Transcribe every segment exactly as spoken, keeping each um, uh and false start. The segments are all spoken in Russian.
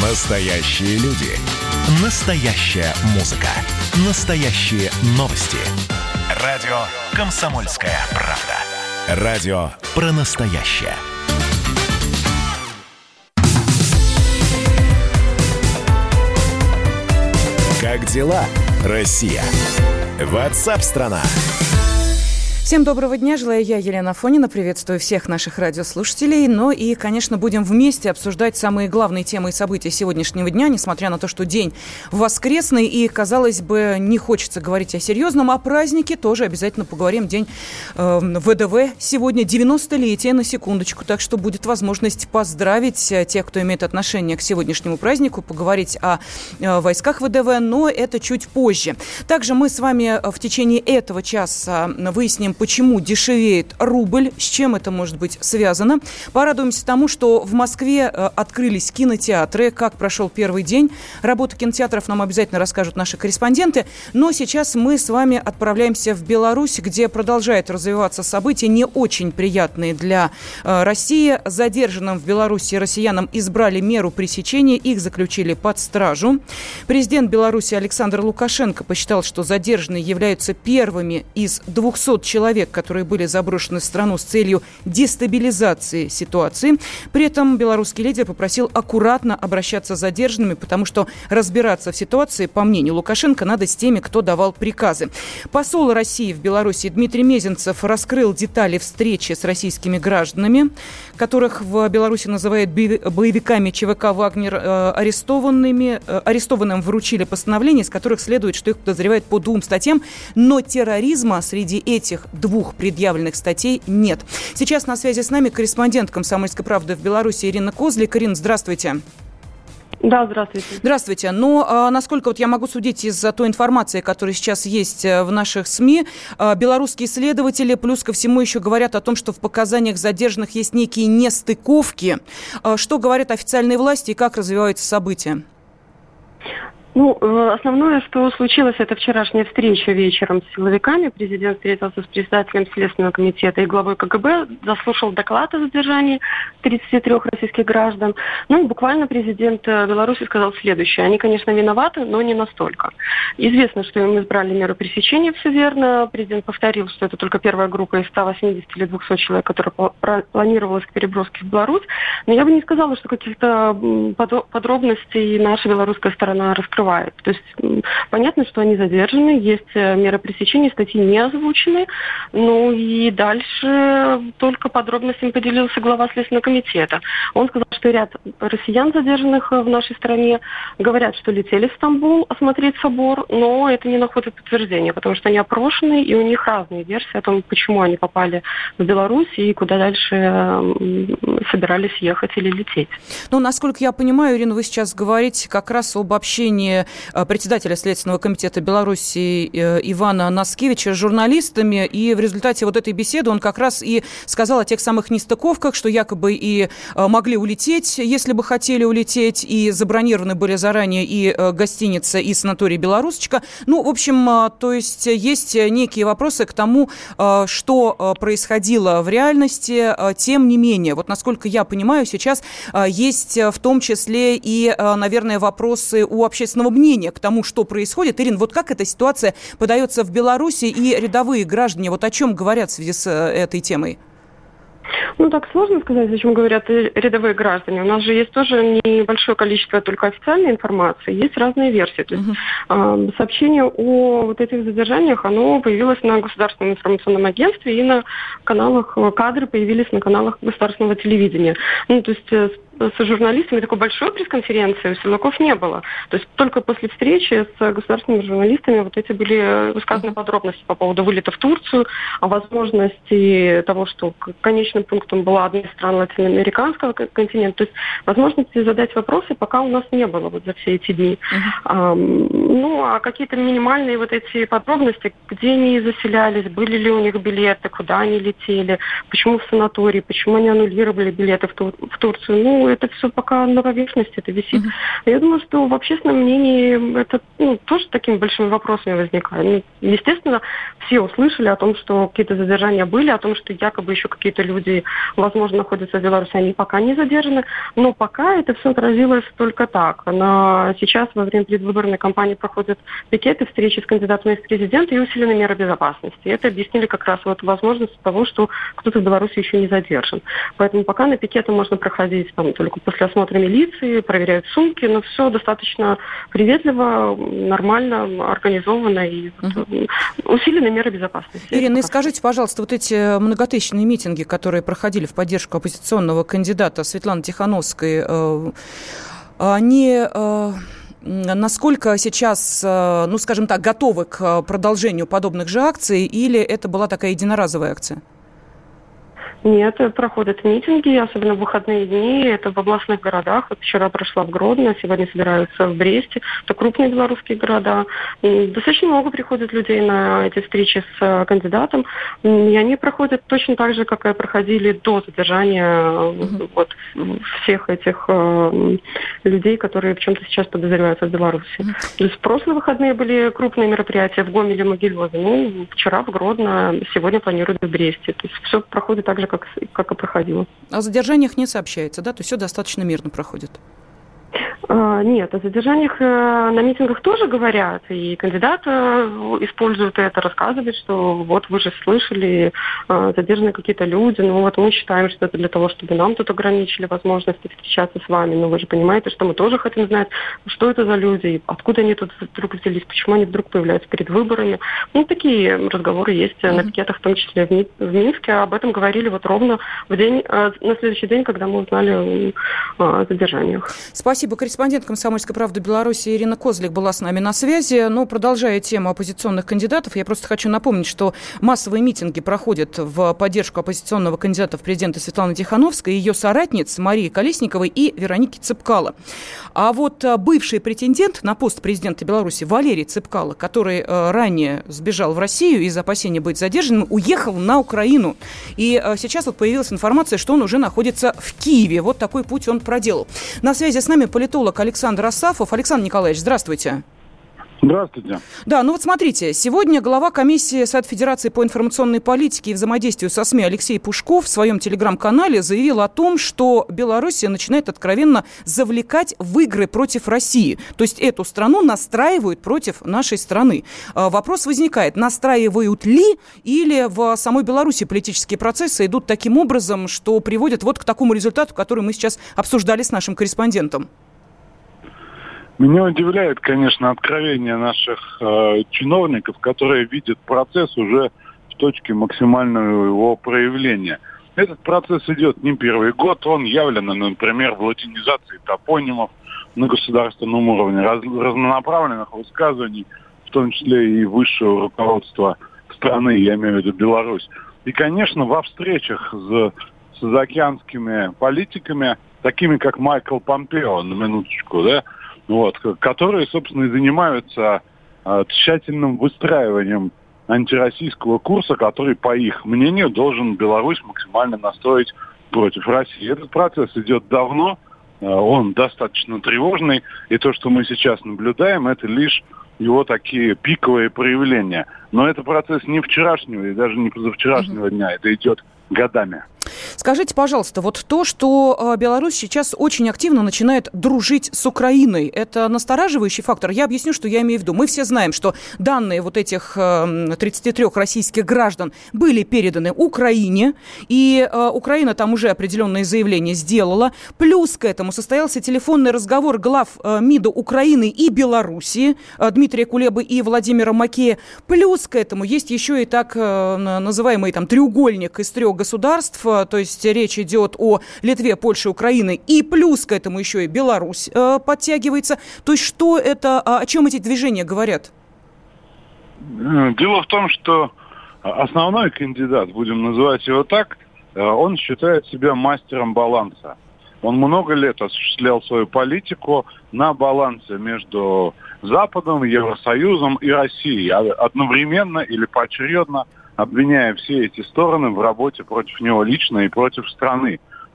Настоящие люди. Настоящая музыка. Настоящие новости. Радио «Комсомольская правда». Радио про настоящее. Как дела, Россия? Ватсап-страна! Всем доброго дня, желаю я, Елена Афонина. Приветствую всех наших радиослушателей. Ну и, конечно, будем вместе обсуждать самые главные темы и события сегодняшнего дня, несмотря на то, что день воскресный, и, казалось бы, не хочется говорить о серьезном, о празднике тоже обязательно поговорим. День э, ВДВ сегодня, девяностолетие, на секундочку, так что будет возможность поздравить тех, кто имеет отношение к сегодняшнему празднику, поговорить о э, войсках ВДВ, но это чуть позже. Также мы с вами в течение этого часа выясним, почему дешевеет рубль, с чем это может быть связано. Порадуемся тому, что в Москве открылись кинотеатры. Как прошел первый день работы кинотеатров, нам обязательно расскажут наши корреспонденты. Но сейчас мы с вами отправляемся в Беларусь, где продолжают развиваться события, не очень приятные для России. Задержанным в Беларуси россиянам избрали меру пресечения, их заключили под стражу. Президент Беларуси Александр Лукашенко посчитал, что задержанные являются первыми из двухсот человек, человек, которые были заброшены в страну с целью дестабилизации ситуации. При этом белорусский лидер попросил аккуратно обращаться с задержанными, потому что разбираться в ситуации, по мнению Лукашенко, надо с теми, кто давал приказы. Посол России в Беларуси Дмитрий Мезенцев раскрыл детали встречи с российскими гражданами, которых в Беларуси называют боевиками ЧВК «Вагнер», арестованными, арестованным вручили постановление, из которых следует, что их подозревают по двум статьям, но терроризма среди этих двух предъявленных статей нет. Сейчас на связи с нами корреспондент «Комсомольской правды» в Беларуси Ирина Козлик. Ирина, здравствуйте. Да, здравствуйте. Здравствуйте. Ну, а, насколько вот я могу судить из той информации, которая сейчас есть в наших СМИ, а, белорусские следователи плюс ко всему еще говорят о том, что в показаниях задержанных есть некие нестыковки. А, что говорят официальные власти и как развиваются события? Ну, основное, что случилось, это вчерашняя встреча вечером с силовиками. Президент встретился с председателем Следственного комитета и главой КГБ, заслушал доклад о задержании тридцати трёх российских граждан. Ну и буквально президент Беларуси сказал следующее. Они, конечно, виноваты, но не настолько. Известно, что им избрали меру пресечения, все верно. Президент повторил, что это только первая группа из ста восьмидесяти или двухсот человек, которая планировалась к переброске в Беларусь. Но я бы не сказала, что каких-то подробностей наша белорусская сторона раскрывает. То есть понятно, что они задержаны, есть меры пресечения, статьи не озвучены. Ну и дальше только подробностями поделился глава Следственного комитета. Он сказал, что ряд россиян, задержанных в нашей стране, говорят, что летели в Стамбул осмотреть собор, но это не находит подтверждения, потому что они опрошены, и у них разные версии о том, почему они попали в Беларусь и куда дальше собирались ехать или лететь. Ну, насколько я понимаю, Ирина, вы сейчас говорите как раз об общении председателя Следственного комитета Беларуси Ивана Наскевича с журналистами, и в результате вот этой беседы он как раз и сказал о тех самых нестыковках, что якобы и могли улететь, если бы хотели улететь, и забронированы были заранее и гостиница, и санаторий «Белорусочка». Ну, в общем, то есть есть некие вопросы к тому, что происходило в реальности. Тем не менее, вот насколько я понимаю, сейчас есть в том числе и, наверное, вопросы у общественного мнения к тому, что происходит. Ирина, вот как эта ситуация подается в Беларуси, и рядовые граждане, вот о чем говорят в связи с этой темой? Ну, так сложно сказать, о чем говорят рядовые граждане. У нас же есть тоже небольшое количество только официальной информации, есть разные версии. То есть uh-huh. э, сообщение о вот этих задержаниях, оно появилось на Государственном информационном агентстве и на каналах, кадры появились на каналах государственного телевидения. Ну, то есть э, с журналистами такой большой пресс-конференции у силовиков не было. То есть только после встречи с государственными журналистами вот эти были высказаны подробности по поводу вылета в Турцию, о возможности того, что конечным пунктом была одна из стран латиноамериканского континента. То есть возможности задать вопросы пока у нас не было вот за все эти дни. Uh-huh. А, ну, а какие-то минимальные вот эти подробности, где они заселялись, были ли у них билеты, куда они летели, почему в санатории, почему они аннулировали билеты в, Тур- в Турцию, ну, ну, это все пока на поверхности, это висит. Mm-hmm. Я думаю, что в общественном мнении это ну, тоже такими большими вопросами возникает. Ну, естественно, все услышали о том, что какие-то задержания были, о том, что якобы еще какие-то люди, возможно, находятся в Беларуси, они пока не задержаны, но пока это все отразилось только так. На... Сейчас во время предвыборной кампании проходят пикеты, встречи с кандидатами в президенты и усиленные меры безопасности. Это объяснили как раз вот возможность того, что кто-то в Беларуси еще не задержан. Поэтому пока на пикеты можно проходить там, только после осмотра милиции, проверяют сумки, но все достаточно приветливо, нормально, организованно и uh-huh. усиленные меры безопасности. Ирина, и скажите, пожалуйста, вот эти многотысячные митинги, которые проходили в поддержку оппозиционного кандидата Светланы Тихановской, они... Насколько сейчас, ну, скажем так, готовы к продолжению подобных же акций, или это была такая единоразовая акция? Нет, проходят митинги, особенно в выходные дни. Это в областных городах. Вот вчера прошла в Гродно, сегодня собираются в Бресте. Это крупные белорусские города. И достаточно много приходит людей на эти встречи с кандидатом. И они проходят точно так же, как и проходили до задержания mm-hmm. вот, всех этих э, людей, которые в чем-то сейчас подозреваются в Беларуси. Mm-hmm. То есть в прошлые выходные были крупные мероприятия в Гомеле, Могилеве. Ну, вчера в Гродно, сегодня планируют в Бресте. То есть все проходит так же, как Как, как и проходило. О задержаниях не сообщается, да? То есть все достаточно мирно проходит? А, нет, о задержаниях на митингах тоже говорят, и кандидат использует это, рассказывает, что вот вы же слышали, задержаны какие-то люди, ну вот мы считаем, что это для того, чтобы нам тут ограничили возможности встречаться с вами, но вы же понимаете, что мы тоже хотим знать, что это за люди, откуда они тут вдруг взялись, почему они вдруг появляются перед выборами. Ну, такие разговоры есть mm-hmm. на пикетах, в том числе в, Ми- в Минске, об этом говорили вот ровно в день, на следующий день, когда мы узнали о задержаниях. Спасибо. Корреспондент «Комсомольской правды» Беларуси Ирина Козлик была с нами на связи. Но, продолжая тему оппозиционных кандидатов, я просто хочу напомнить, что массовые митинги проходят в поддержку оппозиционного кандидата в президенты Светланы Тихановской, ее соратниц Марии Колесниковой и Вероники Цепкало. А вот бывший претендент на пост президента Беларуси Валерий Цепкало, который ранее сбежал в Россию из-за опасения быть задержанным, уехал на Украину. И сейчас вот появилась информация, что он уже находится в Киеве. Вот такой путь он проделал. На связи с нами политолог Александр Асафов. Александр Николаевич, здравствуйте. Здравствуйте. Да, ну вот смотрите, сегодня глава комиссии Совета Федерации по информационной политике и взаимодействию со СМИ Алексей Пушков в своем телеграм-канале заявил о том, что Белоруссия начинает откровенно завлекать в игры против России. То есть эту страну настраивают против нашей страны. Вопрос возникает, настраивают ли или в самой Беларуси политические процессы идут таким образом, что приводят вот к такому результату, который мы сейчас обсуждали с нашим корреспондентом? Меня удивляет, конечно, откровение наших э, чиновников, которые видят процесс уже в точке максимального его проявления. Этот процесс идет не первый год, он явлен, например, в латинизации топонимов на государственном уровне, раз, разнонаправленных высказываний, в том числе и высшего руководства страны, я имею в виду Беларусь. И, конечно, во встречах с, с заокеанскими политиками, такими как Майкл Помпео, на минуточку, да, вот, которые, собственно, и занимаются э, тщательным выстраиванием антироссийского курса, который, по их мнению, должен Беларусь максимально настроить против России. Этот процесс идет давно, э, он достаточно тревожный, и то, что мы сейчас наблюдаем, это лишь его такие пиковые проявления. Но это процесс не вчерашнего и даже не позавчерашнего дня, это идет годами. Скажите, пожалуйста, вот то, что Беларусь сейчас очень активно начинает дружить с Украиной, это настораживающий фактор? Я объясню, что я имею в виду. Мы все знаем, что данные вот этих тридцати трёх российских граждан были переданы Украине, и Украина там уже определенные заявления сделала. Плюс к этому состоялся телефонный разговор глав МИДа Украины и Белоруссии, Дмитрия Кулебы и Владимира Макея. Плюс к этому есть еще и так называемый там треугольник из трех государств, то есть речь идет о Литве, Польше, Украине, и плюс к этому еще и Беларусь э, подтягивается. То есть что это, о чем эти движения говорят? Дело в том, что основной кандидат, будем называть его так, он считает себя мастером баланса. Он много лет осуществлял свою политику на балансе между Западом, Евросоюзом и Россией, одновременно или поочередно обвиняя все эти стороны в работе против него лично и против страны.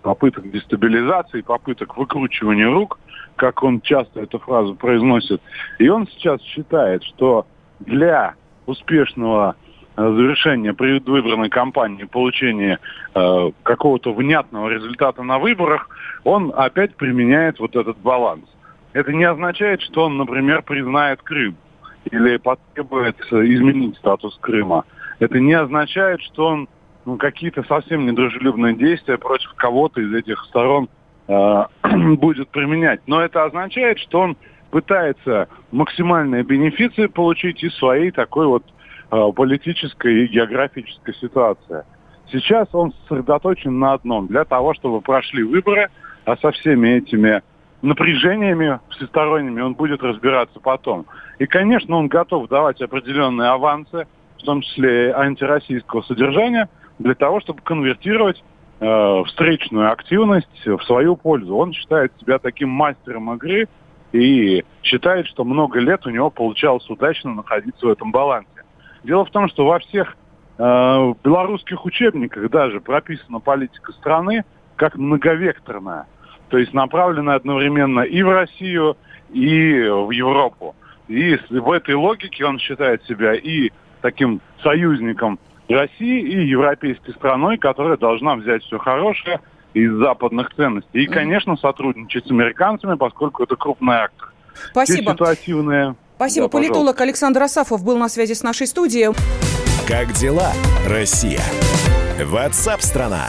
попыток дестабилизации, попыток выкручивания рук, как он часто эту фразу произносит. И он сейчас считает, что для успешного завершения предвыборной кампании, получения э, какого-то внятного результата на выборах, он опять применяет вот этот баланс. Это не означает, что он, например, признает Крым или потребует изменить статус Крыма. Это не означает, что он ну, какие-то совсем недружелюбные действия против кого-то из этих сторон э, будет применять. Но это означает, что он пытается максимальные бенефиции получить из своей такой вот э, политической и географической ситуации. Сейчас он сосредоточен на одном. Для того, чтобы прошли выборы, а со всеми этими напряжениями всесторонними он будет разбираться потом. И, конечно, он готов давать определенные авансы, в том числе и антироссийского содержания, для того, чтобы конвертировать э, встречную активность в свою пользу. Он считает себя таким мастером игры и считает, что много лет у него получалось удачно находиться в этом балансе. Дело в том, что во всех э, белорусских учебниках даже прописана политика страны как многовекторная, то есть направленная одновременно и в Россию, и в Европу. И в этой логике он считает себя и таким союзником России, и европейской страной, которая должна взять все хорошее из западных ценностей. И, конечно, сотрудничать с американцами, поскольку это крупный актор. Спасибо. Ситуативные... Спасибо. Да, политолог пожалуйста. Александр Асафов был на связи с нашей студией. Как дела, Россия? Ватсап-страна!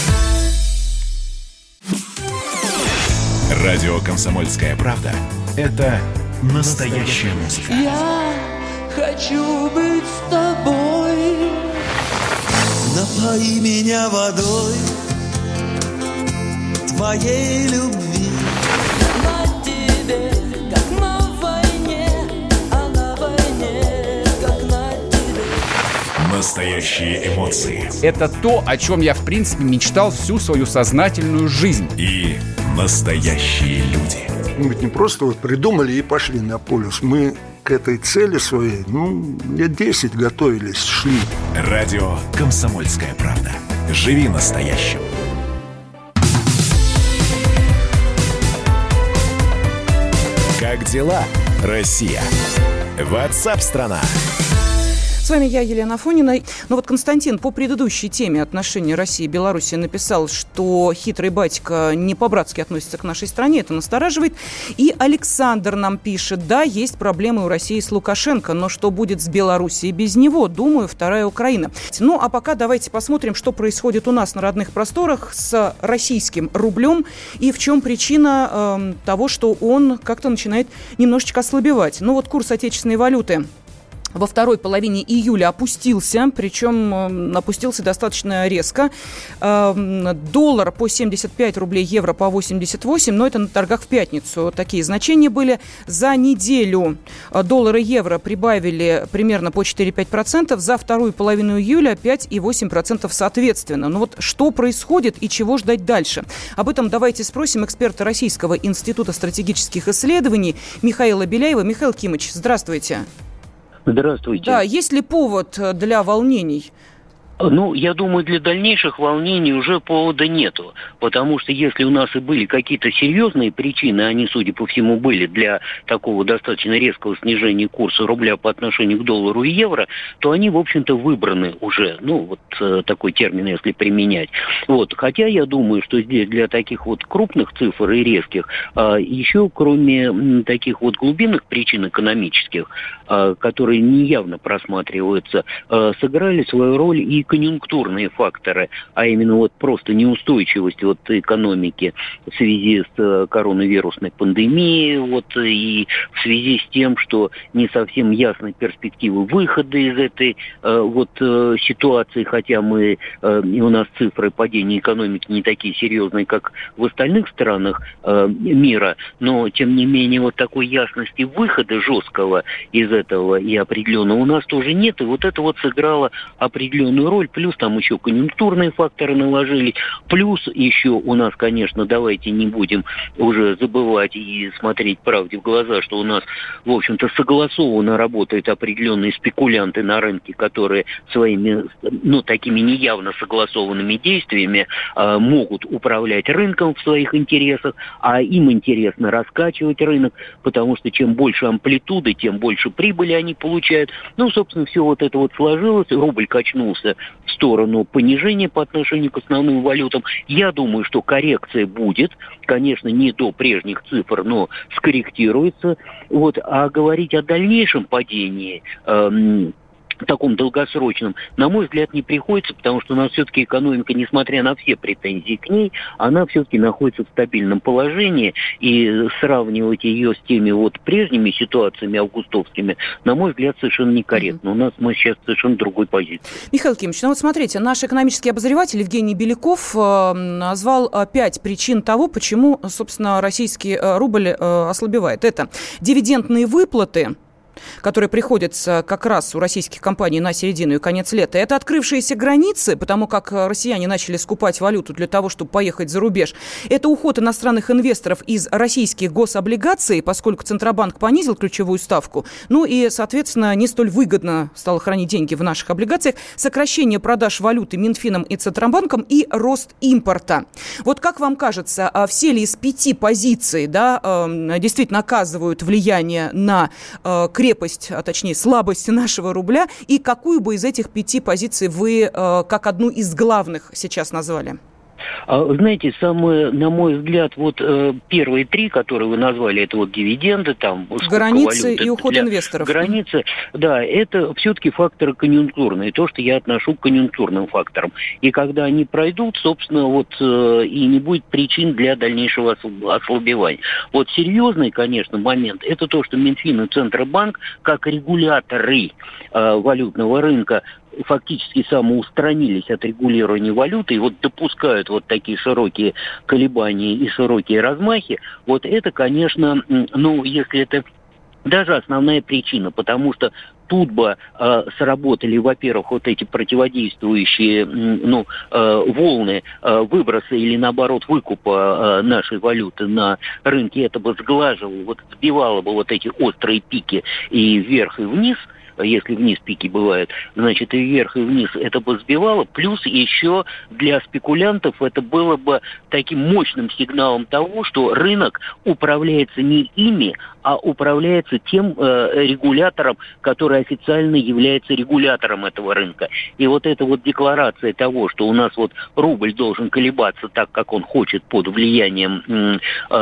Радио «Комсомольская правда» — это настоящая музыка. Я хочу быть с тобой. Напои меня водой твоей любви. На тебе, как на войне, а на войне, как на тебе. Настоящие эмоции. Это то, о чем я, в принципе, мечтал всю свою сознательную жизнь. И настоящие люди. Мы ведь не просто вот придумали и пошли на полюс. Мы к этой цели своей, ну, лет десять готовились, шли. Радио «Комсомольская правда». Живи настоящим. Как дела, Россия? Ватсап-страна. С вами я, Елена Афонина. Ну вот Константин по предыдущей теме отношений России и Беларуси написал, что хитрый батька не по-братски относится к нашей стране. Это настораживает. И Александр нам пишет: да, есть проблемы у России с Лукашенко, но что будет с Белоруссией без него? Думаю, вторая Украина. Ну а пока давайте посмотрим, что происходит у нас на родных просторах с российским рублем и в чем причина э, того, что он как-то начинает немножечко ослабевать. Ну вот курс отечественной валюты во второй половине июля опустился, причем опустился достаточно резко. Доллар по семьдесят пять рублей, евро по восемьдесят восемь, но это на торгах в пятницу такие значения были. За неделю доллар и евро прибавили примерно по четыре-пять процентов, за вторую половину июля пять и восемь процентов соответственно. Ну вот что происходит и чего ждать дальше? Об этом давайте спросим эксперта Российского института стратегических исследований Михаила Беляева. Михаил Кимович, здравствуйте. Здравствуйте. Да, есть ли повод для волнений? Ну, я думаю, для дальнейших волнений уже повода нету. Потому что если у нас и были какие-то серьезные причины, они, судя по всему, были для такого достаточно резкого снижения курса рубля по отношению к доллару и евро, то они, в общем-то, выбраны уже. Ну, вот э, такой термин, если применять. Вот. Хотя я думаю, что здесь для таких вот крупных цифр и резких, э, еще кроме м, таких вот глубинных причин экономических, э, которые неявно просматриваются, э, сыграли свою роль и конъюнктурные факторы, а именно вот просто неустойчивость вот экономики в связи с коронавирусной пандемией, вот и в связи с тем, что не совсем ясны перспективы выхода из этой э, вот э, ситуации, хотя мы э, и у нас цифры падения экономики не такие серьезные, как в остальных странах э, мира, но тем не менее вот такой ясности выхода жесткого из этого и определенного у нас тоже нет, и вот это вот сыграло определенную роль. роль, плюс там еще конъюнктурные факторы наложились, плюс еще у нас, конечно, давайте не будем уже забывать и смотреть правде в глаза, что у нас, в общем-то, согласованно работают определенные спекулянты на рынке, которые своими, ну, такими неявно согласованными действиями э, могут управлять рынком в своих интересах, а им интересно раскачивать рынок, потому что чем больше амплитуды, тем больше прибыли они получают. Ну, собственно, все вот это вот сложилось, рубль качнулся в сторону понижения по отношению к основным валютам. Я думаю, что коррекция будет, конечно, не до прежних цифр, но скорректируется. Вот. А говорить о дальнейшем падении, эм, таком долгосрочном, на мой взгляд, не приходится, потому что у нас все-таки экономика, несмотря на все претензии к ней, она все-таки находится в стабильном положении, и сравнивать ее с теми вот прежними ситуациями августовскими, на мой взгляд, совершенно некорректно. У нас мы сейчас в совершенно другой позиции. Михаил Кимович, ну вот смотрите, наш экономический обозреватель Евгений Беляков э, назвал э, пять причин того, почему, собственно, российский э, рубль э, ослабевает. Это дивидендные выплаты, которые приходятся как раз у российских компаний на середину и конец лета. Это открывшиеся границы, потому как россияне начали скупать валюту для того, чтобы поехать за рубеж. Это уход иностранных инвесторов из российских гособлигаций, поскольку Центробанк понизил ключевую ставку. Ну и, соответственно, не столь выгодно стало хранить деньги в наших облигациях. Сокращение продаж валюты Минфином и Центробанком и рост импорта. Вот как вам кажется, все ли из пяти позиций, да, действительно оказывают влияние на крепость, крепость, а точнее слабость нашего рубля, и какую бы из этих пяти позиций вы э, как одну из главных сейчас назвали? Знаете, самые, на мой взгляд, вот э, первые три, которые вы назвали, это вот дивиденды, там, границы и уход инвесторов. Границы, да, это все-таки факторы конъюнктурные, то, что я отношу к конъюнктурным факторам. И когда они пройдут, собственно, вот э, и не будет причин для дальнейшего ослабевания. Вот серьезный, конечно, момент, это то, что Минфин и Центробанк, как регуляторы э, валютного рынка, фактически самоустранились от регулирования валюты и вот допускают вот такие широкие колебания и широкие размахи, вот это, конечно, ну, если это даже основная причина, потому что тут бы э, сработали, во-первых, вот эти противодействующие ну, э, волны э, выброса или, наоборот, выкупа э, нашей валюты на рынке, это бы сглаживало, вот сбивало бы вот эти острые пики и вверх, и вниз. Если вниз пики бывают, значит, и вверх, и вниз это бы сбивало. Плюс еще для спекулянтов это было бы таким мощным сигналом того, что рынок управляется не ими, а управляется тем э, регулятором, который официально является регулятором этого рынка. И вот эта вот декларация того, что у нас вот рубль должен колебаться так, как он хочет, под влиянием э,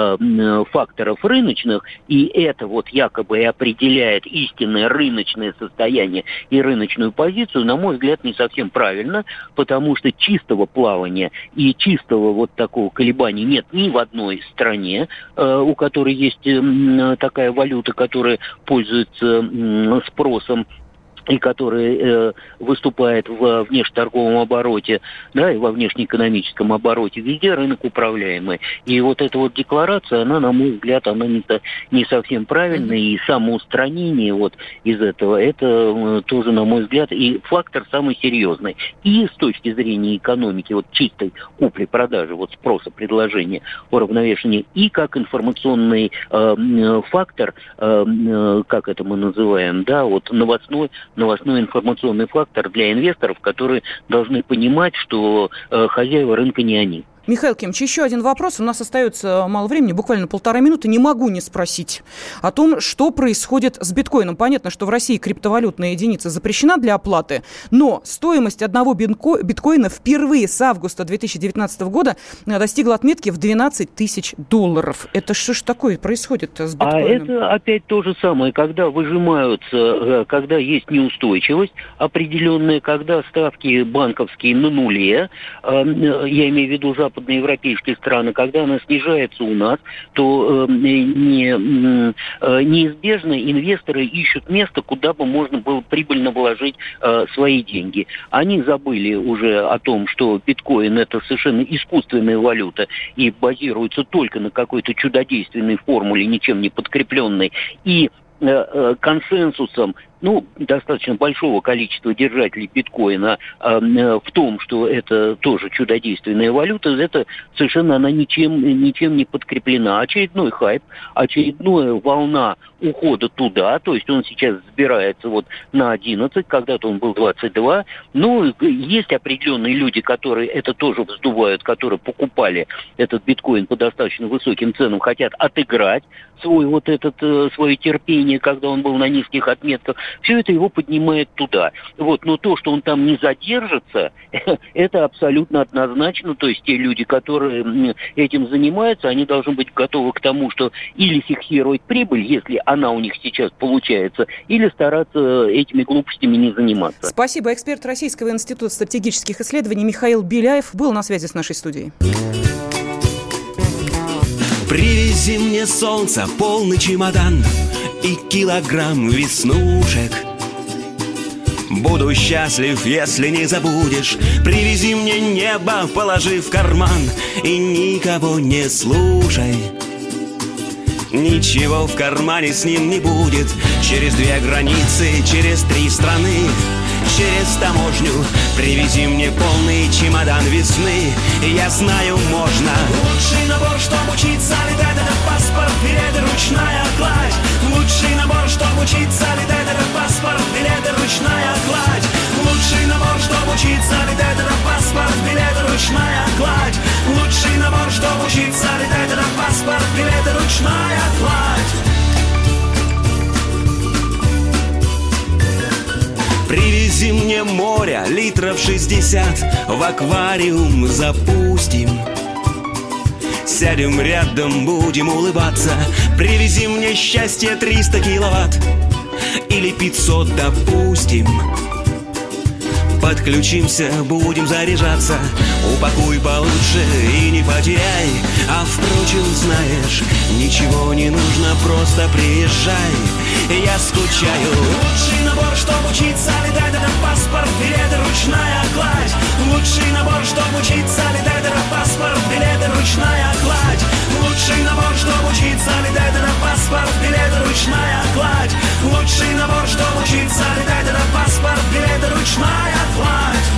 э, факторов рыночных, и это вот якобы и определяет истинное рыночное состояние и рыночную позицию, на мой взгляд, не совсем правильно, потому что чистого плавания и чистого вот такого колебания нет ни в одной стране, э, у которой есть э, такая валюта, которая пользуется э, спросом и который э, выступает в внешнеторговом обороте, да, и во внешнеэкономическом обороте, везде рынок управляемый. И вот эта вот декларация, она, на мой взгляд, она не, не совсем правильная, и самоустранение вот из этого, это э, тоже, на мой взгляд, и фактор самый серьезный. И с точки зрения экономики, вот чистой купли-продажи, вот спроса, предложения, уравновешения, и как информационный э, фактор, э, э, как это мы называем, да, вот новостной, новостной информационный фактор для инвесторов, которые должны понимать, что э, хозяева рынка не они. Михаил Кимович, еще один вопрос. У нас остается мало времени, буквально полтора минуты. Не могу не спросить о том, что происходит с биткоином. Понятно, что в России криптовалютная единица запрещена для оплаты, но стоимость одного биткоина впервые с августа две тысячи девятнадцатого года достигла отметки в двенадцать тысяч долларов. Это что ж такое происходит с биткоином? А это опять то же самое, когда выжимаются, когда есть неустойчивость определенная, когда ставки банковские на нуле, я имею в виду западные западноевропейские страны, когда она снижается у нас, то э, не, э, неизбежно инвесторы ищут место, куда бы можно было прибыльно вложить э, свои деньги. Они забыли уже о том, что биткоин – это совершенно искусственная валюта и базируется только на какой-то чудодейственной формуле, ничем не подкрепленной, и консенсусом, ну, достаточно большого количества держателей биткоина э, в том, что это тоже чудодейственная валюта, это совершенно она ничем, ничем не подкреплена. Очередной хайп, очередная волна ухода туда, то есть он сейчас сбирается вот на одиннадцать, когда-то он был двадцать два. Ну, есть определенные люди, которые это тоже вздувают, которые покупали этот биткоин по достаточно высоким ценам, хотят отыграть свой вот этот, свое терпение, когда он был на низких отметках. Все это его поднимает туда. Вот. Но то, что он там не задержится, это абсолютно однозначно. То есть те люди, которые этим занимаются, они должны быть готовы к тому, что или фиксировать прибыль, если она у них сейчас получается, или стараться этими глупостями не заниматься. Спасибо. Эксперт Российского института стратегических исследований Михаил Беляев был на связи с нашей студией. Привези мне солнце, полный чемодан и килограмм веснушек. Буду счастлив, если не забудешь. Привези мне небо, положи в карман и никого не слушай. Ничего в кармане с ним не будет. Через две границы, через три страны, через таможню. Привези мне полный чемодан весны. Я знаю, можно. Лучший набор, чтобы учиться летать, это паспорт, билеты, ручная кладь. Лучший набор, чтобы учиться летать, это паспорт, билеты, ручная кладь. Лучший набор, чтобы учиться летать, это паспорт, билеты, ручная кладь. Лучший набор, чтобы учиться летать, это паспорт, билеты, ручная кладь. Привези мне море, литров шестьдесят, в аквариум запустим. Сядем рядом, будем улыбаться. Привези мне счастье триста киловатт или пятьсот, допустим. Подключимся, будем заряжаться. Упакуй получше и не потеряй. А впрочем, знаешь, ничего не нужно, просто приезжай. Я скучаю. Лучший набор, чтобы учиться летать, это паспорт, билеты, ручная кладь. Лучший набор, чтобы учиться летать, это паспорт, билеты, ручная кладь. Лучший набор, чтобы учиться летать, это паспорт, билеты, ручная кладь. Лучший набор, чтобы учиться летать, это паспорт, билеты, ручная кладь.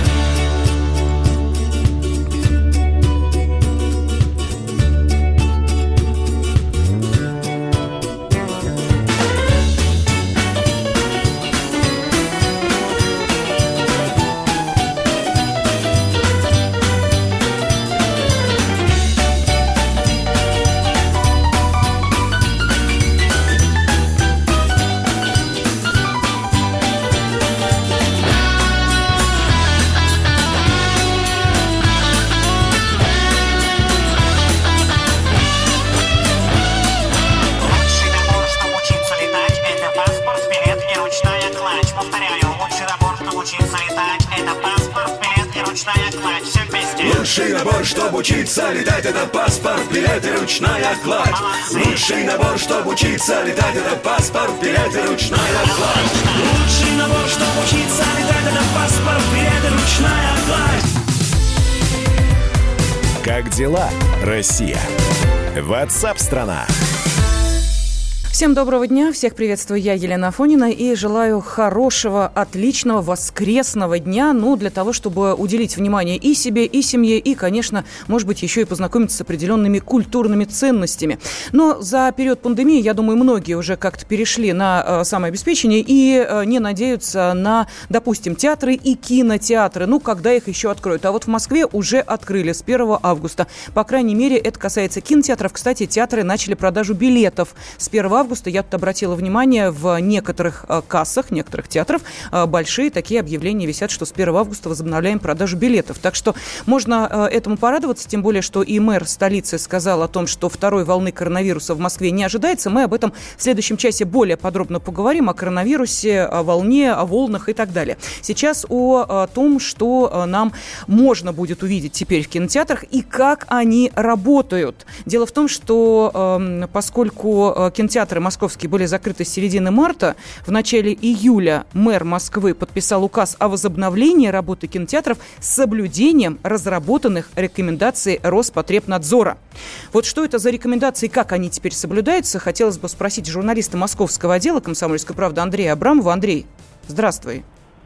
Лучший набор, чтобы учиться летать, это паспорт, билеты, ручная кладь. Лучший набор, чтобы учиться летать, это паспорт, билеты, ручная кладь. Лучший набор, чтобы учиться летать, это паспорт, билеты, ручная кладь. Как дела, Россия? Ватсап-страна! Всем доброго дня, всех приветствую я, Елена Афонина, и желаю хорошего, отличного, воскресного дня, ну, для того, чтобы уделить внимание и себе, и семье, и, конечно, может быть, еще и познакомиться с определенными культурными ценностями. Но за период пандемии, я думаю, многие уже как-то перешли на э, самообеспечение и э, не надеются на, допустим, театры и кинотеатры, ну, когда их еще откроют. А вот в Москве уже открыли с первого августа. По крайней мере, это касается кинотеатров. Кстати, театры начали продажу билетов с первого августа. Я тут обратила внимание, в некоторых э, кассах, некоторых театров э, большие такие объявления висят, что с первого августа возобновляем продажу билетов. Так что можно э, этому порадоваться, тем более, что и мэр столицы сказал о том, что второй волны коронавируса в Москве не ожидается. Мы об этом в следующем часе более подробно поговорим, о коронавирусе, о волне, о волнах и так далее. Сейчас о, о том, что нам можно будет увидеть теперь в кинотеатрах и как они работают. Дело в том, что э, поскольку кинотеатры кинотеатры московские были закрыты с середины марта. В начале июля мэр Москвы подписал указ о возобновлении работы кинотеатров с соблюдением разработанных рекомендаций Роспотребнадзора. Вот что это за рекомендации и как они теперь соблюдаются, хотелось бы спросить журналиста московского отдела «Комсомольской правды» Андрея Абрамова. Андрей, здравствуй.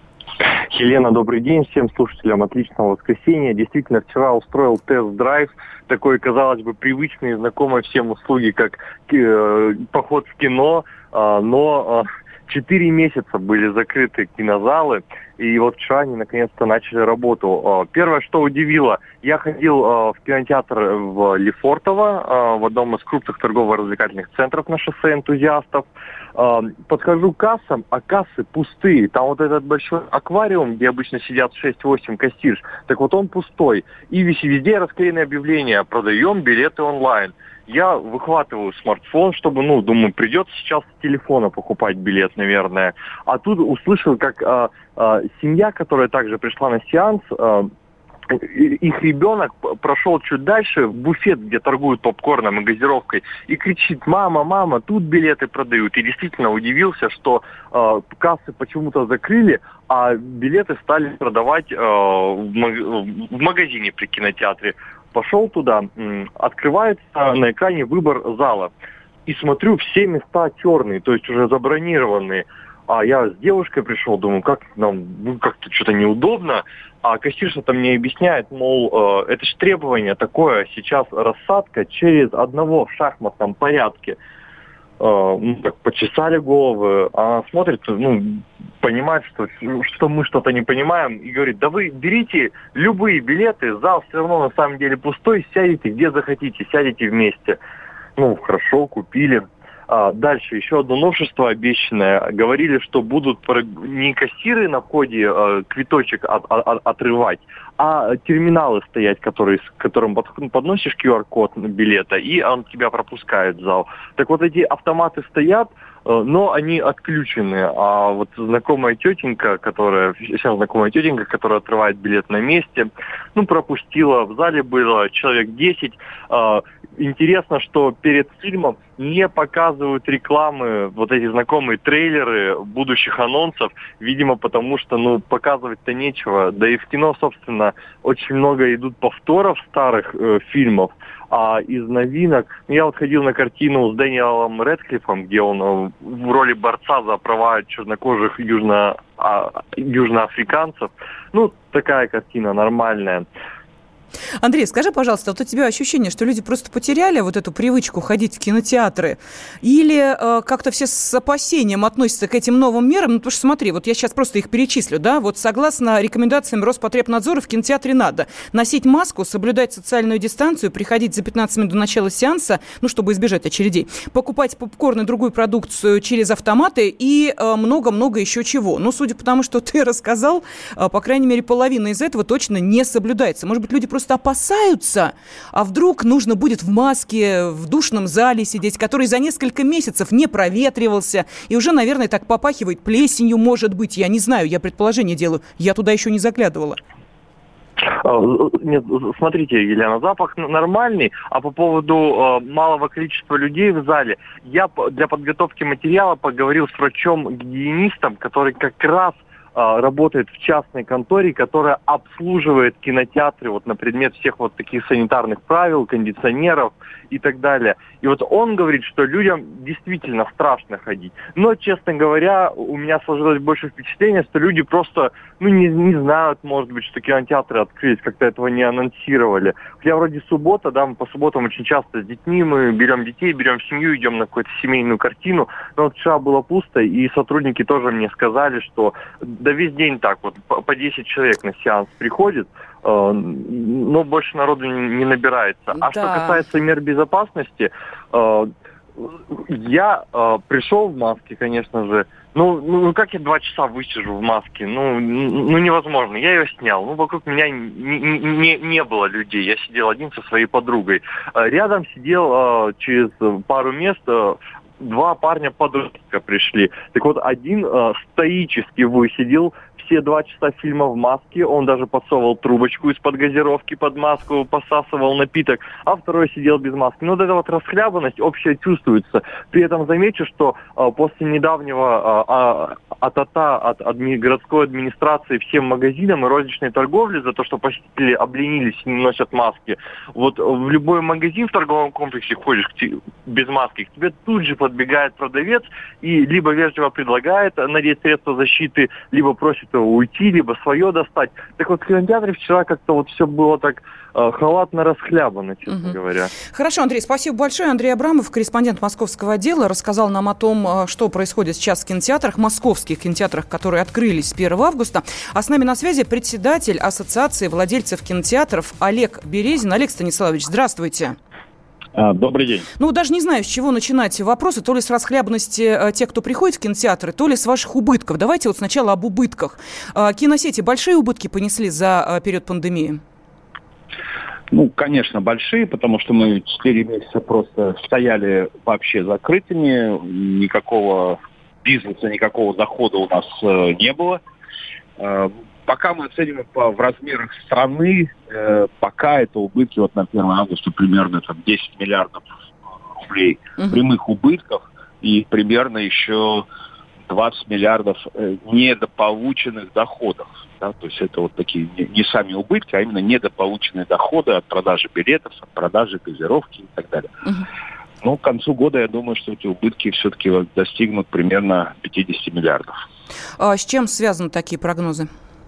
Елена, добрый день всем слушателям. Отличного воскресенья. Действительно, вчера устроил тест-драйв. Такой, казалось бы, привычный и знакомой всем услуги, как э, поход в кино. Э, но четыре э, месяца были закрыты кинозалы. И вот вчера они наконец-то начали работу. Э, первое, что удивило, я ходил э, в кинотеатр в Лефортово, э, в одном из крупных торгово-развлекательных центров на шоссе Энтузиастов. Подхожу к кассам, а кассы пустые. Там вот этот большой аквариум, где обычно сидят шесть-восемь кассирш, так вот он пустой. И везде расклеены объявления: продаем билеты онлайн. Я выхватываю смартфон, чтобы, ну, думаю, придется сейчас с телефона покупать билет, наверное. А тут услышал, как а, а, семья, которая также пришла на сеанс, а, их ребенок прошел чуть дальше в буфет, где торгуют попкорном и газировкой, и кричит: мама, мама, тут билеты продают. И действительно удивился, что э, кассы почему-то закрыли, а билеты стали продавать э, в, маг- в магазине при кинотеатре. Пошел туда, м- открывается на экране выбор зала. И смотрю, все места черные, то есть уже забронированные. А я с девушкой пришел, думаю, как нам, ну, как-то что-то неудобно. А кассирша-то мне объясняет, мол, э, это же требование такое, сейчас рассадка через одного в шахматном порядке. Э, ну, так, почесали головы, а смотрит, ну, понимает, что, что мы что-то не понимаем, и говорит: да вы берите любые билеты, зал все равно на самом деле пустой, сядете где захотите, сядете вместе. Ну, хорошо, купили. А дальше еще одно новшество обещанное. Говорили, что будут не кассиры на входе э, квиточек от, от, отрывать, а терминалы стоять, которые, с которым подносишь ку ар код билета, и он тебя пропускает в зал. Так вот, эти автоматы стоят, э, но они отключены. А вот знакомая тетенька, которая, сейчас знакомая тетенька, которая отрывает билет на месте, ну, пропустила. В зале было человек десять. Э, Интересно, что перед фильмом не показывают рекламы, вот эти знакомые трейлеры будущих анонсов, видимо, потому что, ну, показывать-то нечего. Да и в кино, собственно, очень много идут повторов старых э, фильмов, а из новинок... Я вот ходил на картину с Дэниелом Рэдклиффом, где он э, в роли борца за права чернокожих южно, а, южноафриканцев. Ну, такая картина нормальная. Андрей, скажи, пожалуйста, вот у тебя ощущение, что люди просто потеряли вот эту привычку ходить в кинотеатры? Или э, как-то все с опасением относятся к этим новым мерам? Ну, потому что смотри, вот я сейчас просто их перечислю, да, вот согласно рекомендациям Роспотребнадзора в кинотеатре надо носить маску, соблюдать социальную дистанцию, приходить за пятнадцать минут до начала сеанса, ну, чтобы избежать очередей, покупать попкорн и другую продукцию через автоматы и э, много-много еще чего. Ну, судя по тому, что ты рассказал, э, по крайней мере, половина из этого точно не соблюдается. Может быть, люди просто опасаются, а вдруг нужно будет в маске в душном зале сидеть, который за несколько месяцев не проветривался, и уже, наверное, так попахивает плесенью, может быть. Я не знаю, я предположение делаю. Я туда еще не заглядывала. Нет, смотрите, Елена, запах нормальный, а по поводу э, малого количества людей в зале, я для подготовки материала поговорил с врачом-гигиенистом, который как раз работает в частной конторе, которая обслуживает кинотеатры вот на предмет всех вот таких санитарных правил, кондиционеров и так далее. И вот он говорит, что людям действительно страшно ходить. Но, честно говоря, у меня сложилось больше впечатление, что люди просто, ну, не, не знают, может быть, что кинотеатры открылись, как-то этого не анонсировали. Хотя вроде суббота, да, мы по субботам очень часто с детьми, мы берем детей, берем семью, идем на какую-то семейную картину. Но вот вчера было пусто, и сотрудники тоже мне сказали, что да весь день так вот, по десять человек на сеанс приходит, э, но больше народу не, не набирается. А да. Что касается мер безопасности, э, я э, пришел в маске, конечно же. Ну, ну, как я два часа высижу в маске? Ну, ну, невозможно. Я ее снял. Ну, вокруг меня не, не, не было людей. Я сидел один со своей подругой. Рядом сидел э, через пару мест... Э, два парня-подростка пришли. Так вот, один э, стоически высидел все все два часа фильма в маске, он даже подсовывал трубочку из-под газировки под маску, посасывал напиток, а второй сидел без маски. Ну, вот эта вот расхлябанность общая чувствуется. При этом замечу, что а, после недавнего а, атата от адми, городской администрации всем магазинам и розничной торговли за то, что посетители обленились и не носят маски, вот в любой магазин в торговом комплексе ходишь без маски, к тебе тут же подбегает продавец и либо вежливо предлагает надеть средства защиты, либо просит его уйти, либо свое достать. Так вот, в кинотеатре вчера как-то вот все было так э, халатно расхлябано, честно угу. говоря. Хорошо, Андрей, спасибо большое. Андрей Абрамов, корреспондент московского отдела, рассказал нам о том, что происходит сейчас в кинотеатрах, московских кинотеатрах, которые открылись с первого августа. А с нами на связи председатель Ассоциации владельцев кинотеатров Олег Березин. Олег Станиславович, здравствуйте. Добрый день. Ну, даже не знаю, с чего начинать вопросы. То ли с расхлябанности тех, кто приходит в кинотеатры, то ли с ваших убытков. Давайте вот сначала об убытках. Киносети большие убытки понесли за период пандемии? Ну, конечно, большие, потому что мы четыре месяца просто стояли вообще закрытыми. Никакого бизнеса, никакого дохода у нас не было. Пока мы оцениваем по, в размерах страны, э, пока это убытки вот на первого августа примерно там, десять миллиардов рублей uh-huh. прямых убытков и примерно еще двадцать миллиардов э, недополученных доходов. Да? То есть это вот такие не, не сами убытки, а именно недополученные доходы от продажи билетов, от продажи газировки и так далее. Uh-huh. Ну, к концу года я думаю, что эти убытки все-таки достигнут примерно пятьдесят миллиардов. А с чем связаны такие прогнозы?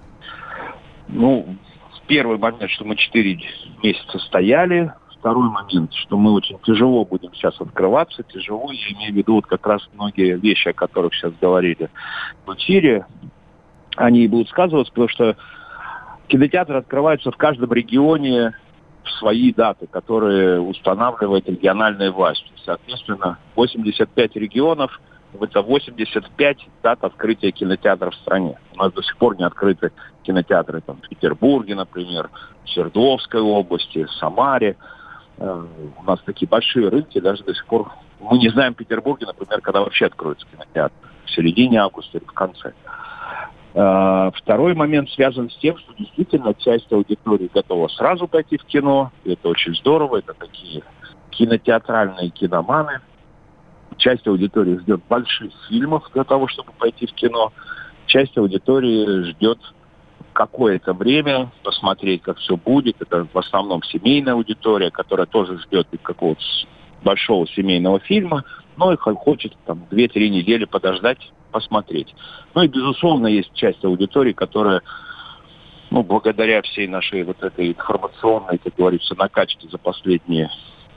Ну, первый момент, что мы четыре месяца стояли. Второй момент, что мы очень тяжело будем сейчас открываться. Тяжело, я имею в виду вот как раз многие вещи, о которых сейчас говорили в эфире. Они будут сказываться, потому что кинотеатры открываются в каждом регионе в свои даты, которые устанавливает региональная власть. Соответственно, восемьдесят пять регионов. Это восемьдесят пять дат открытия кинотеатров в стране. У нас до сих пор не открыты кинотеатры там, в Петербурге, например, в Свердловской области, в Самаре. Э, у нас такие большие рынки, даже до сих пор... Мы не знаем в Петербурге, например, когда вообще откроется кинотеатр. В середине августа или в конце. Э, второй момент связан с тем, что действительно часть аудитории готова сразу пойти в кино. И это очень здорово. Это такие кинотеатральные киноманы. Часть аудитории ждет больших фильмов для того, чтобы пойти в кино. Часть аудитории ждет какое-то время посмотреть, как все будет. Это в основном семейная аудитория, которая тоже ждет какого-то большого семейного фильма, но и хочет там две-три недели подождать, посмотреть. Ну и, безусловно, есть часть аудитории, которая, ну, благодаря всей нашей вот этой информационной, как говорится, накачке за последние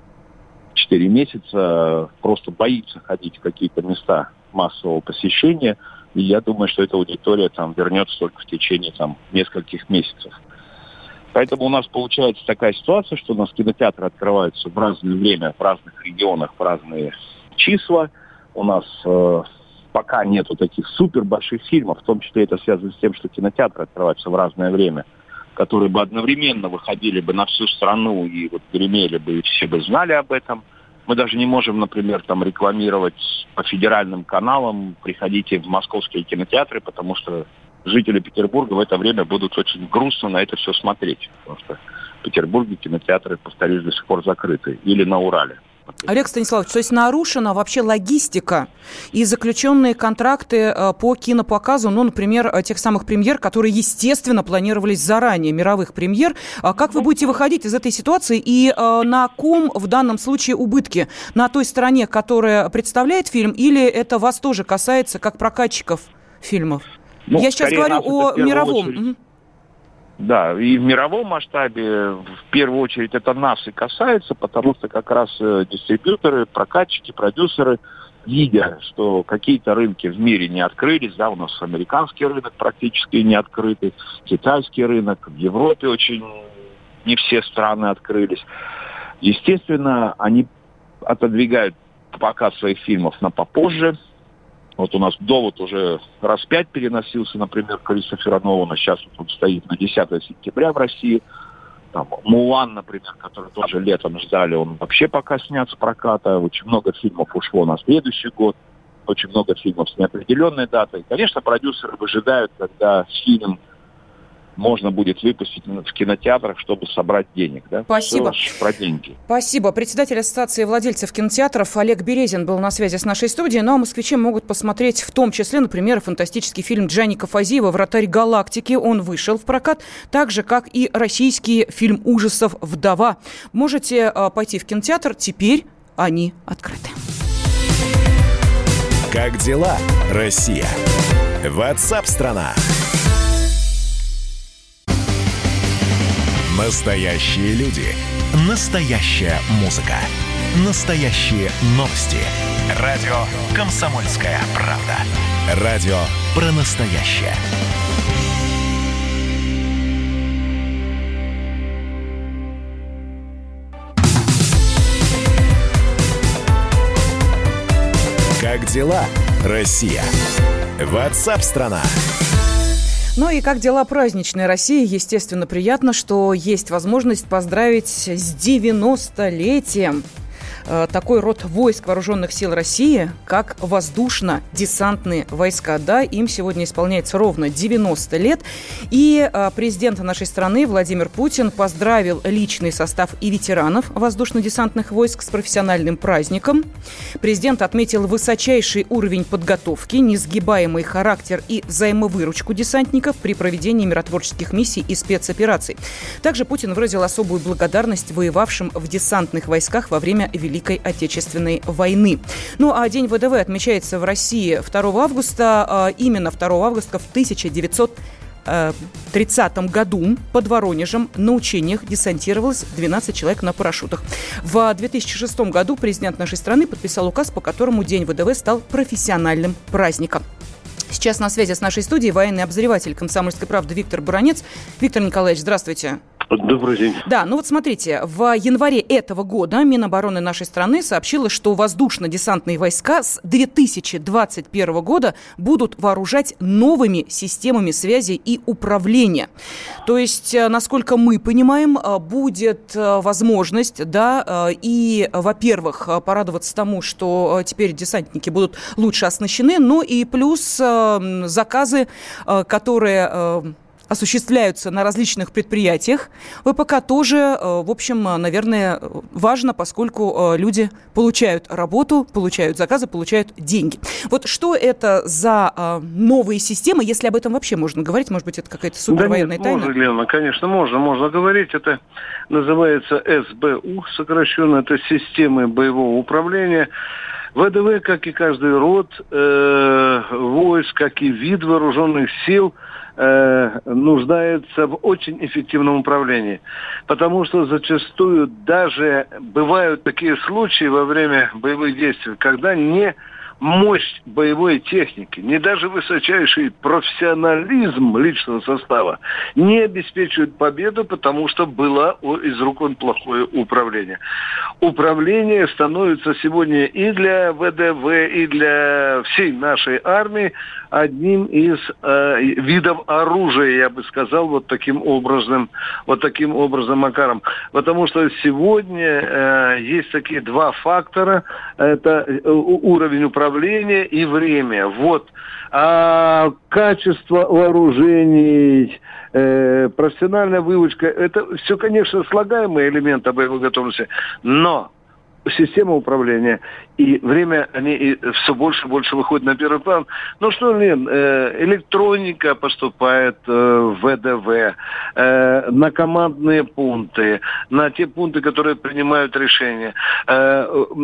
четыре месяца просто боится ходить в какие-то места массового посещения. И я думаю, что эта аудитория там вернется только в течение там нескольких месяцев. Поэтому у нас получается такая ситуация, что у нас кинотеатры открываются в разное время, в разных регионах, в разные числа. У нас э, пока нету таких супер больших фильмов, в том числе это связано с тем, что кинотеатры открываются в разное время, которые бы одновременно выходили бы на всю страну и вот гремели бы, и все бы знали об этом. Мы даже не можем, например, там рекламировать по федеральным каналам, приходите в московские кинотеатры, потому что жители Петербурга в это время будут очень грустно на это все смотреть. Потому что в Петербурге кинотеатры, повторюсь, до сих пор закрыты. Или на Урале. Олег Станиславович, то есть нарушена вообще логистика и заключенные контракты по кинопоказу, ну, например, тех самых премьер, которые, естественно, планировались заранее, мировых премьер. Как вы будете выходить из этой ситуации и на ком в данном случае убытки? На той стороне, которая представляет фильм, или это вас тоже касается как прокатчиков фильмов? Ну, я сейчас говорю о мировом. Очередь... Да, и в мировом масштабе в первую очередь это нас и касается, потому что как раз дистрибьюторы, прокатчики, продюсеры, видя, что какие-то рынки в мире не открылись, да, у нас американский рынок практически не открытый, китайский рынок, в Европе очень не все страны открылись. Естественно, они отодвигают показ своих фильмов на попозже. Вот у нас «Довод» уже раз пять переносился, например, Кристофера Нолана. Сейчас вот он стоит на десятое сентября в России. Там «Мулан», например, который тоже летом ждали, он вообще пока снят с проката. Очень много фильмов ушло на следующий год. очень много фильмов с неопределенной датой. Конечно, продюсеры выжидают, когда фильм можно будет выпустить в кинотеатрах, чтобы собрать денег. Да? Спасибо. Все про деньги. Спасибо. Председатель Ассоциации владельцев кинотеатров Олег Березин был на связи с нашей студией. Ну а москвичи могут посмотреть в том числе, например, фантастический фильм Джаника Фазиева «Вратарь галактики». Он вышел в прокат, так же, как и российский фильм ужасов «Вдова». Можете э, пойти в кинотеатр. Теперь они открыты. Как дела, Россия? Ватсап-страна! Настоящие люди. Настоящая музыка. Настоящие новости. Радио «Комсомольская правда». Радио про настоящее. Как дела, Россия? Ватсап-страна! Ну и как дела праздничной России? Естественно, приятно, что есть возможность поздравить с девяностолетием такой род войск Вооруженных сил России, как воздушно-десантные войска. Да, им сегодня исполняется ровно девяносто лет. И президент нашей страны Владимир Путин поздравил личный состав и ветеранов воздушно-десантных войск с профессиональным праздником. Президент отметил высочайший уровень подготовки, несгибаемый характер и взаимовыручку десантников при проведении миротворческих миссий и спецопераций. Также Путин выразил особую благодарность воевавшим в десантных войсках во время Великой Великой Отечественной войны. Ну а День ВДВ отмечается в России второго августа. Именно второго августа в тысяча девятьсот тридцатом году под Воронежем на учениях десантировалось двенадцать человек на парашютах. В две тысячи шестом году президент нашей страны подписал указ, по которому День ВДВ стал профессиональным праздником. Сейчас на связи с нашей студией военный обозреватель «Комсомольской правды» Виктор Баранец. Виктор Николаевич, здравствуйте. Добрый день. Да, ну вот смотрите, в январе этого года Минобороны нашей страны сообщило, что воздушно-десантные войска с две тысячи двадцать первого года будут вооружать новыми системами связи и управления. То есть, насколько мы понимаем, будет возможность, да, и, во-первых, порадоваться тому, что теперь десантники будут лучше оснащены, ну и плюс заказы, которые осуществляются на различных предприятиях ВПК, тоже, в общем, наверное, важно, поскольку люди получают работу, получают заказы, получают деньги. Вот что это за новые системы, если об этом вообще можно говорить? Может быть, это какая-то супервоенная да нет, тайна? Можно, Лена, конечно, можно, можно говорить. Это называется СБУ, сокращенно, это системы боевого управления. ВДВ, как и каждый род э, войск, как и вид вооруженных сил, э, нуждается в очень эффективном управлении. Потому что зачастую даже бывают такие случаи во время боевых действий, когда не мощь боевой техники, не даже высочайший профессионализм личного состава не обеспечивают победу, потому что было из рук вон плохое управление. Управление становится сегодня и для ВДВ, и для всей нашей армии одним из э, видов оружия, я бы сказал, вот таким образом, вот таким образом, Макаром. Потому что сегодня э, есть такие два фактора, это уровень управления и время. Вот. А качество вооружений, э, профессиональная выучка, это все, конечно, слагаемые элементы боевой готовности, но система управления и время, они и все больше и больше выходят на первый план. Ну что, Лен, э, электроника поступает э, в ВДВ, э, на командные пункты, на те пункты, которые принимают решения. Э,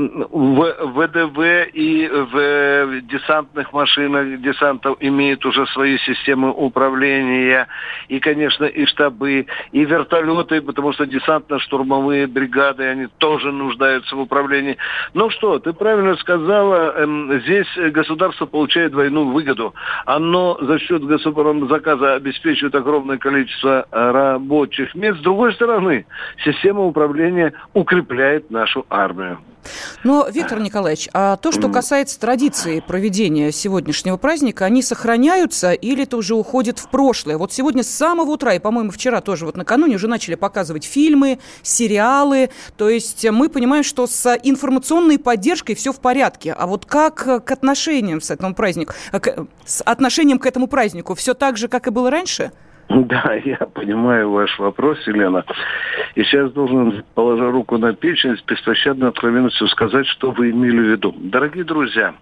в ВДВ и в десантных машинах десантов имеют уже свои системы управления, и, конечно, и штабы, и вертолеты, потому что десантно-штурмовые бригады, они тоже нуждаются в управлении. Ну что, ты правильно сказала, эм, здесь государство получает двойную выгоду. Оно за счет государственного заказа обеспечивает огромное количество рабочих мест. С другой стороны, система управления укрепляет нашу армию. Но, Виктор Николаевич, а то, что касается традиции проведения сегодняшнего праздника, они сохраняются или это уже уходит в прошлое? Вот сегодня с самого утра, и, по-моему, вчера тоже, вот накануне уже начали показывать фильмы, сериалы. То есть мы понимаем, что с информационной поддержкой все в порядке. А вот как к отношениям с этому празднику, к, с отношением к этому празднику? Все так же, как и было раньше? Да, я понимаю ваш вопрос, Елена. И сейчас должен, положа руку на печень, с беспощадной откровенностью сказать, что вы имели в виду. Дорогие друзья,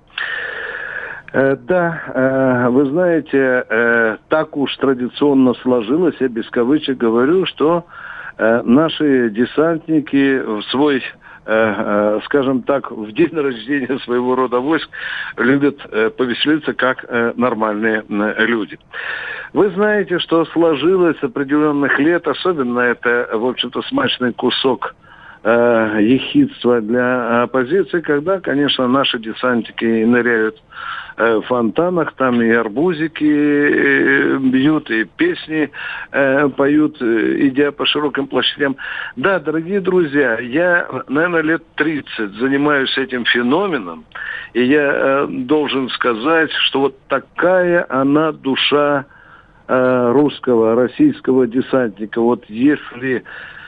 э, да, э, вы знаете, э, так уж традиционно сложилось, я без кавычек говорю, что э, наши десантники в свой... скажем так, в день рождения своего рода войск любят повеселиться как нормальные люди. Вы знаете, что сложилось с определенных лет, особенно это, в общем-то, смачный кусок э, ехидства для оппозиции, когда, конечно, наши десантники ныряют в фонтанах, там и арбузики бьют, и песни э, поют, идя по широким площадям. Да, дорогие друзья, я, наверное, лет тридцать занимаюсь этим феноменом, и я э, должен сказать, что вот такая она душа э, русского, российского десантника. Вот если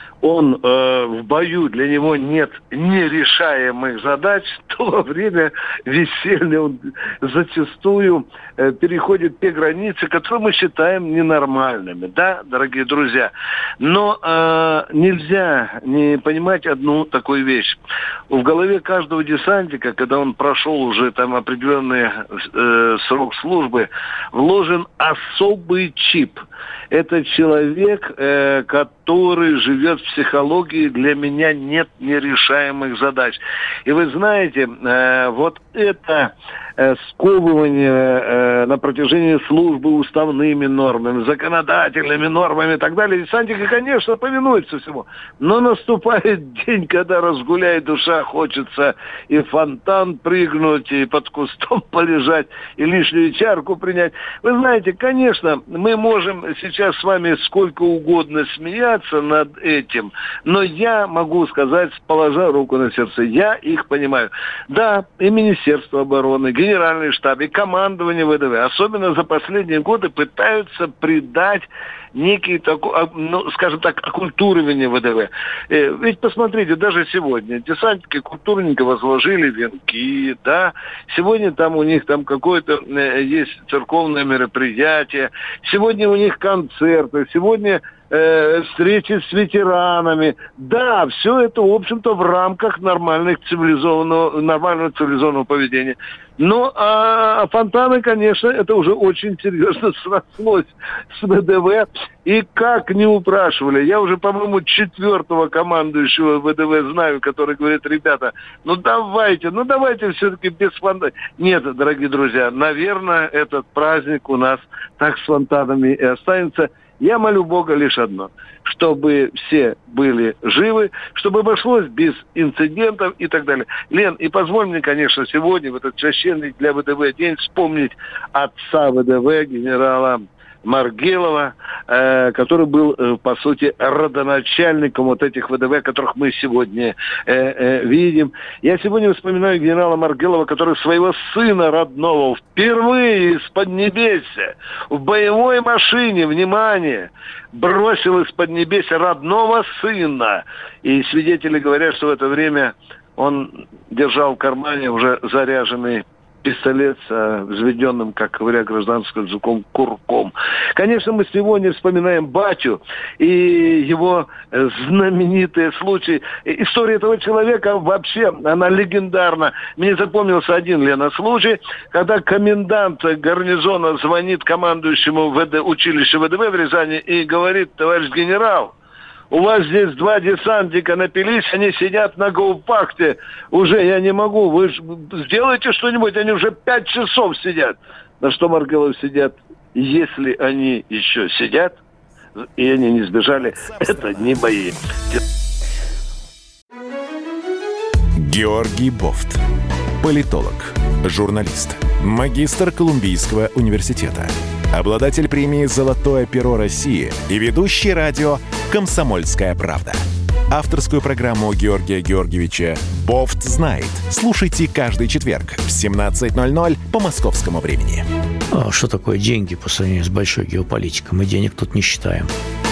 он э, в бою, для него нет нерешаемых задач, то во время веселья он зачастую э, переходит те границы, которые мы считаем ненормальными, да, дорогие друзья. Но э, нельзя не понимать одну такую вещь. В голове каждого десантника, когда он прошел уже там определенный э, срок службы, вложен особый чип. Это человек, э, который живет в психологии, для меня нет нерешаемых задач. И вы знаете, э, вот это э, сковывание э, на протяжении службы уставными нормами, законодательными нормами и так далее, десантники, конечно, повинуются всему. Но наступает день, когда разгуляет душа, хочется и в фонтан прыгнуть, и под кустом полежать, и лишнюю чарку принять. Вы знаете, конечно, мы можем сейчас с вами сколько угодно смеяться над этим, но я могу сказать, положа руку на сердце, я их понимаю. Да, и Министерство обороны, Генеральный штаб, и командование ВДВ, особенно за последние годы, пытаются придать некий такой, ну, скажем так, оккультуривание ВДВ. Ведь посмотрите, даже сегодня десантники культурненько возложили венки, да, сегодня там у них там какое-то есть церковное мероприятие, сегодня у них концерты, сегодня э, встречи с ветеранами. Да, все это, в общем-то, в рамках нормальных цивилизованного, нормального цивилизованного поведения. Но а, фонтаны, конечно, это уже очень серьезно срослось с ВДВ. И как не упрашивали, я уже, по-моему, четвертого командующего ВДВ знаю, который говорит: ребята, ну давайте, ну давайте все-таки без фонтанов. Нет, дорогие друзья, наверное, этот праздник у нас так с фонтанами и останется. Я молю Бога лишь одно, чтобы все были живы, чтобы обошлось без инцидентов и так далее. Лен, и позволь мне, конечно, сегодня, в этот священный для ВДВ день, вспомнить отца ВДВ, генерала Маргелова, э, который был, э, по сути, родоначальником вот этих ВДВ, которых мы сегодня э, э, видим. Я сегодня вспоминаю генерала Маргелова, который своего сына родного впервые из Поднебесья в боевой машине, внимание, бросил из Поднебесья родного сына. И свидетели говорят, что в это время он держал в кармане уже заряженный пистолет с взведенным, как говорят гражданским языком, курком. Конечно, мы сегодня вспоминаем батю и его знаменитые случаи. История этого человека вообще, она легендарна. Мне запомнился один, Лена, случай, когда комендант гарнизона звонит командующему ВД, училища ВДВ в Рязани и говорит: товарищ генерал, у вас здесь два десантника напились, они сидят на гауптвахте. Уже я не могу, вы сделайте что-нибудь, они уже пять часов сидят. На что Маргелов сидят: если они еще сидят, и они не сбежали, это не бои. Георгий Бофт. Политолог, журналист, магистр Колумбийского университета, обладатель премии «Золотое перо России» и ведущий радио «Комсомольская правда». Авторскую программу Георгия Георгиевича «Бофт знает». Слушайте каждый четверг в семнадцать ноль ноль по московскому времени. Что такое деньги по сравнению с большой геополитикой? Мы денег тут не считаем.